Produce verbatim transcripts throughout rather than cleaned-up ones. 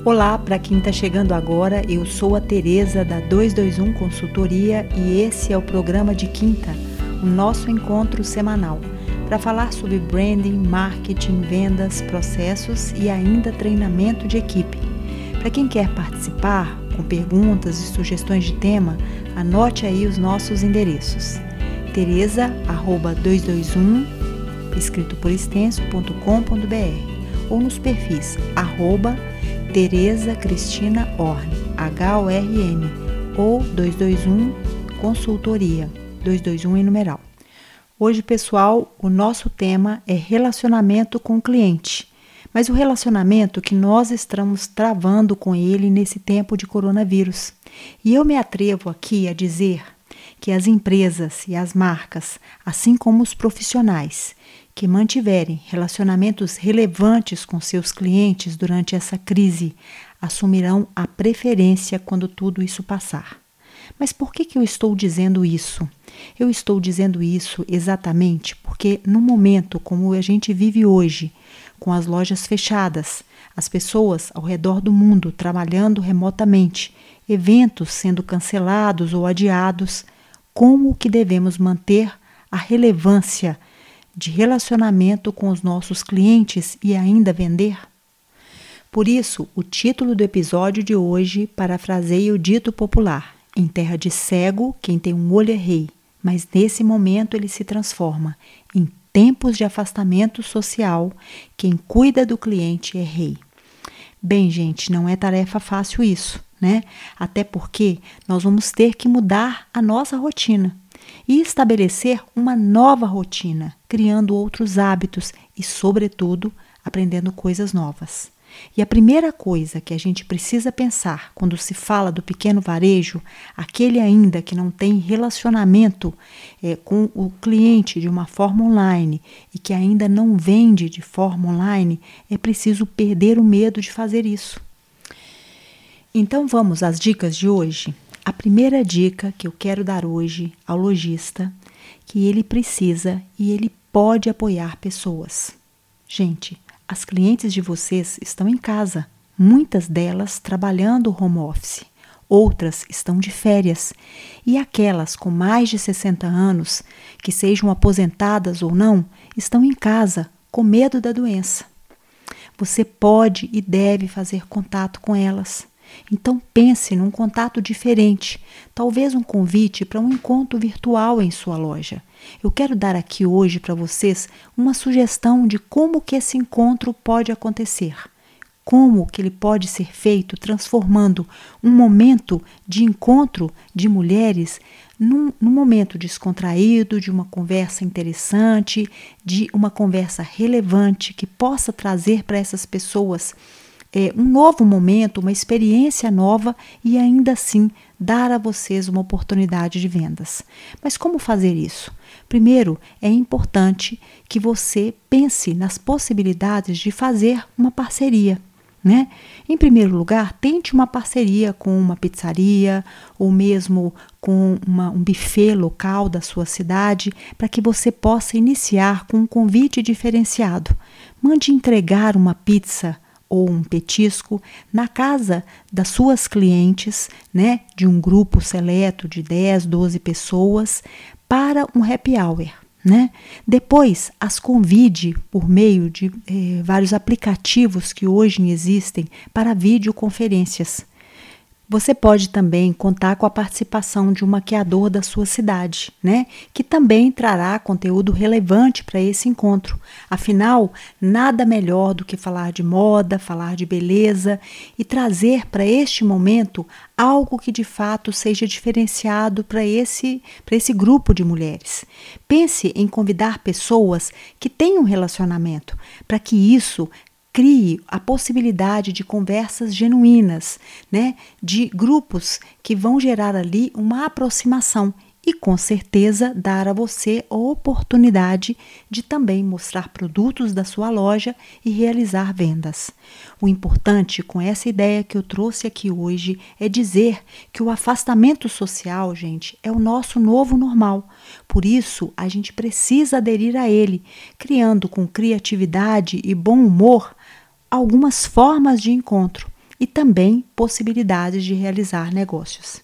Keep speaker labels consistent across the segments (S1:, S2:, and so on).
S1: Olá, para quem está chegando agora, eu sou a Tereza da duzentos e vinte e um Consultoria e esse é o programa de quinta, o nosso encontro semanal, para falar sobre branding, marketing, vendas, processos e ainda treinamento de equipe. Para quem quer participar, com perguntas e sugestões de tema, anote aí os nossos endereços. tereza arroba duzentos e vinte e um, escrito por extenso, ponto com ponto br ou nos perfis arroba Tereza Cristina Horn, H O R N, ou duzentos e vinte e um Consultoria, duzentos e vinte e um em numeral. Hoje, pessoal, o nosso tema é relacionamento com o cliente, mas o relacionamento que nós estamos travando com ele nesse tempo de coronavírus. E eu me atrevo aqui a dizer que as empresas e as marcas, assim como os profissionais, que mantiverem relacionamentos relevantes com seus clientes durante essa crise, assumirão a preferência quando tudo isso passar. Mas por que que eu estou dizendo isso? Eu estou dizendo isso exatamente porque no momento como a gente vive hoje, com as lojas fechadas, as pessoas ao redor do mundo trabalhando remotamente, eventos sendo cancelados ou adiados, como que devemos manter a relevância de relacionamento com os nossos clientes e ainda vender? Por isso, o título do episódio de hoje parafraseia o dito popular: em terra de cego, quem tem um olho é rei, mas nesse momento ele se transforma. Em tempos de afastamento social, quem cuida do cliente é rei. Bem, gente, não é tarefa fácil isso, né? Até porque nós vamos ter que mudar a nossa rotina e estabelecer uma nova rotina, criando outros hábitos e, sobretudo, aprendendo coisas novas. E a primeira coisa que a gente precisa pensar quando se fala do pequeno varejo, aquele ainda que não tem relacionamento é, com o cliente de uma forma online e que ainda não vende de forma online, é preciso perder o medo de fazer isso. Então vamos às dicas de hoje? A primeira dica que eu quero dar hoje ao lojista, que ele precisa e ele pode apoiar pessoas. Gente, as clientes de vocês estão em casa, muitas delas trabalhando home office, outras estão de férias, e aquelas com mais de sessenta anos, que sejam aposentadas ou não, estão em casa com medo da doença. Você pode e deve fazer contato com elas. Então pense num contato diferente, talvez um convite para um encontro virtual em sua loja. Eu quero dar aqui hoje para vocês uma sugestão de como que esse encontro pode acontecer, como que ele pode ser feito transformando um momento de encontro de mulheres num, num momento descontraído, de uma conversa interessante, de uma conversa relevante que possa trazer para essas pessoas É, um novo momento, uma experiência nova e ainda assim dar a vocês uma oportunidade de vendas. Mas como fazer isso? Primeiro, é importante que você pense nas possibilidades de fazer uma parceria, né? Em primeiro lugar, tente uma parceria com uma pizzaria ou mesmo com uma, um buffet local da sua cidade para que você possa iniciar com um convite diferenciado. Mande entregar uma pizza ou um petisco na casa das suas clientes, né, de um grupo seleto de dez, doze pessoas para um happy hour, né? Depois as convide por meio de eh, vários aplicativos que hoje existem para videoconferências. Você pode também contar com a participação de um maquiador da sua cidade, né? Que também trará conteúdo relevante para esse encontro. Afinal, nada melhor do que falar de moda, falar de beleza e trazer para este momento algo que de fato seja diferenciado para esse, para esse grupo de mulheres. Pense em convidar pessoas que tenham relacionamento, para que isso crie a possibilidade de conversas genuínas, né? De grupos que vão gerar ali uma aproximação e com certeza dar a você a oportunidade de também mostrar produtos da sua loja e realizar vendas. O importante com essa ideia que eu trouxe aqui hoje é dizer que o afastamento social, gente, é o nosso novo normal. Por isso, a gente precisa aderir a ele, criando com criatividade e bom humor algumas formas de encontro e também possibilidades de realizar negócios.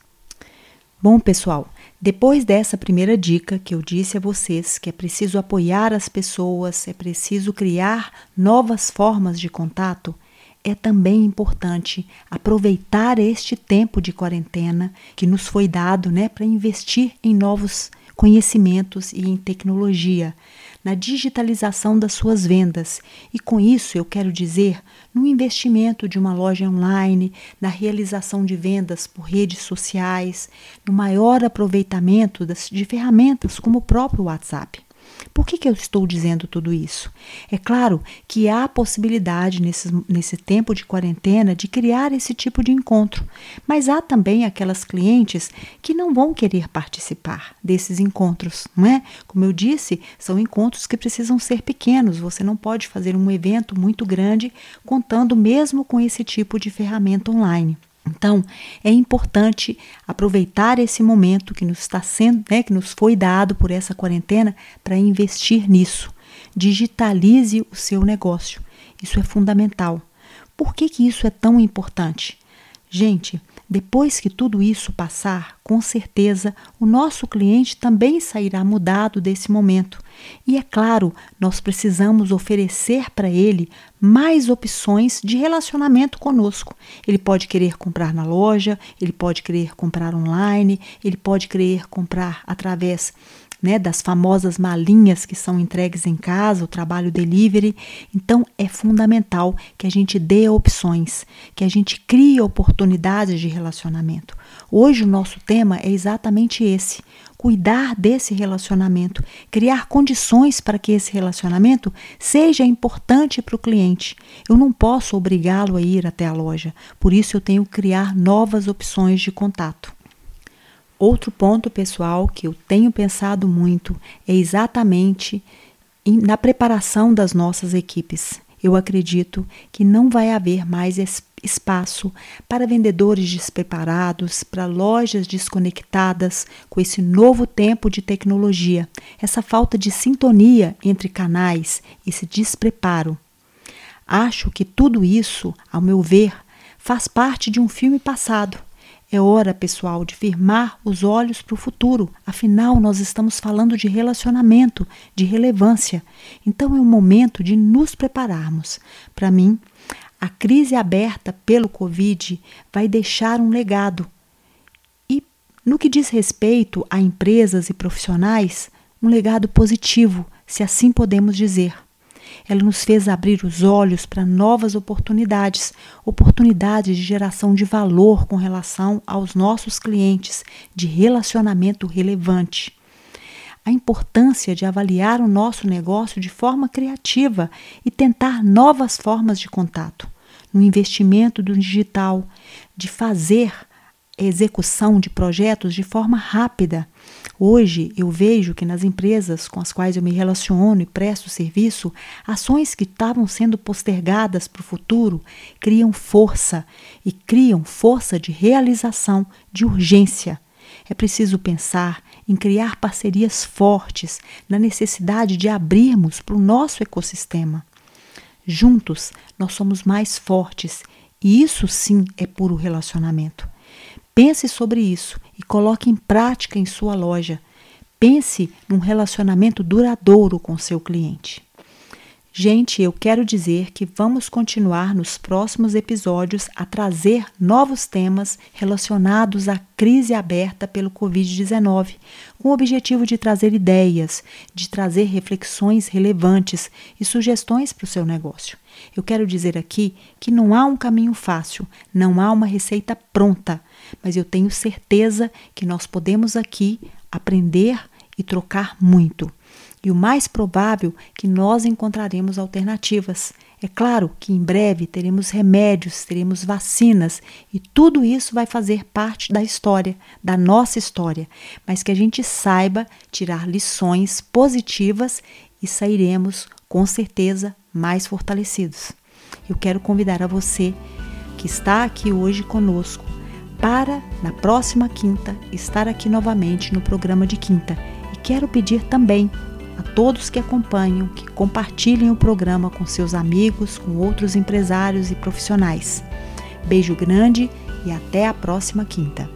S1: Bom, pessoal, depois dessa primeira dica que eu disse a vocês, que é preciso apoiar as pessoas, é preciso criar novas formas de contato, é também importante aproveitar este tempo de quarentena que nos foi dado, né, para investir em novos conhecimentos e em tecnologia, na digitalização das suas vendas. E com isso eu quero dizer no investimento de uma loja online, na realização de vendas por redes sociais, no maior aproveitamento das, de ferramentas como o próprio WhatsApp. Por que que eu estou dizendo tudo isso? É claro que há a possibilidade nesse, nesse tempo de quarentena de criar esse tipo de encontro, mas há também aquelas clientes que não vão querer participar desses encontros, não é? Como eu disse, são encontros que precisam ser pequenos, você não pode fazer um evento muito grande contando mesmo com esse tipo de ferramenta online. Então, é importante aproveitar esse momento que nos está sendo, né, que nos foi dado por essa quarentena para investir nisso. Digitalize o seu negócio. Isso é fundamental. Por que que isso é tão importante? Gente, depois que tudo isso passar, com certeza o nosso cliente também sairá mudado desse momento. E é claro, nós precisamos oferecer para ele mais opções de relacionamento conosco. Ele pode querer comprar na loja, ele pode querer comprar online, ele pode querer comprar através, né, das famosas malinhas que são entregues em casa, o trabalho delivery. Então é fundamental que a gente dê opções, que a gente crie oportunidades de relacionamento. Hoje o nosso tema é exatamente esse: cuidar desse relacionamento, criar condições para que esse relacionamento seja importante para o cliente. Eu não posso obrigá-lo a ir até a loja, por isso eu tenho que criar novas opções de contato. Outro ponto, pessoal, que eu tenho pensado muito é exatamente na preparação das nossas equipes. Eu acredito que não vai haver mais espaço para vendedores despreparados, para lojas desconectadas com esse novo tempo de tecnologia, essa falta de sintonia entre canais, esse despreparo. Acho que tudo isso, ao meu ver, faz parte de um filme passado. É hora, pessoal, de firmar os olhos para o futuro. Afinal, nós estamos falando de relacionamento, de relevância. Então, é o momento de nos prepararmos. Para mim, a crise aberta pelo Covid vai deixar um legado. E, no que diz respeito a empresas e profissionais, um legado positivo, se assim podemos dizer. Ela nos fez abrir os olhos para novas oportunidades, oportunidades de geração de valor com relação aos nossos clientes, de relacionamento relevante. A importância de avaliar o nosso negócio de forma criativa e tentar novas formas de contato, no investimento do digital, de fazer a execução de projetos de forma rápida. Hoje eu vejo que nas empresas com as quais eu me relaciono e presto serviço, ações que estavam sendo postergadas para o futuro criam força e criam força de realização, de urgência. É preciso pensar em criar parcerias fortes, na necessidade de abrirmos para o nosso ecossistema. Juntos nós somos mais fortes e isso sim é puro relacionamento. Pense sobre isso e coloque em prática em sua loja. Pense num relacionamento duradouro com seu cliente. Gente, eu quero dizer que vamos continuar nos próximos episódios a trazer novos temas relacionados à crise aberta pelo covid dezenove, com o objetivo de trazer ideias, de trazer reflexões relevantes e sugestões para o seu negócio. Eu quero dizer aqui que não há um caminho fácil, não há uma receita pronta, mas eu tenho certeza que nós podemos aqui aprender e trocar muito. E o mais provável que nós encontraremos alternativas. É claro que em breve teremos remédios, teremos vacinas e tudo isso vai fazer parte da história, da nossa história, mas que a gente saiba tirar lições positivas e sairemos com certeza mais fortalecidos. Eu quero convidar a você que está aqui hoje conosco para, na próxima quinta, estar aqui novamente no programa de quinta. E quero pedir também a todos que acompanham, que compartilhem o programa com seus amigos, com outros empresários e profissionais. Beijo grande e até a próxima quinta.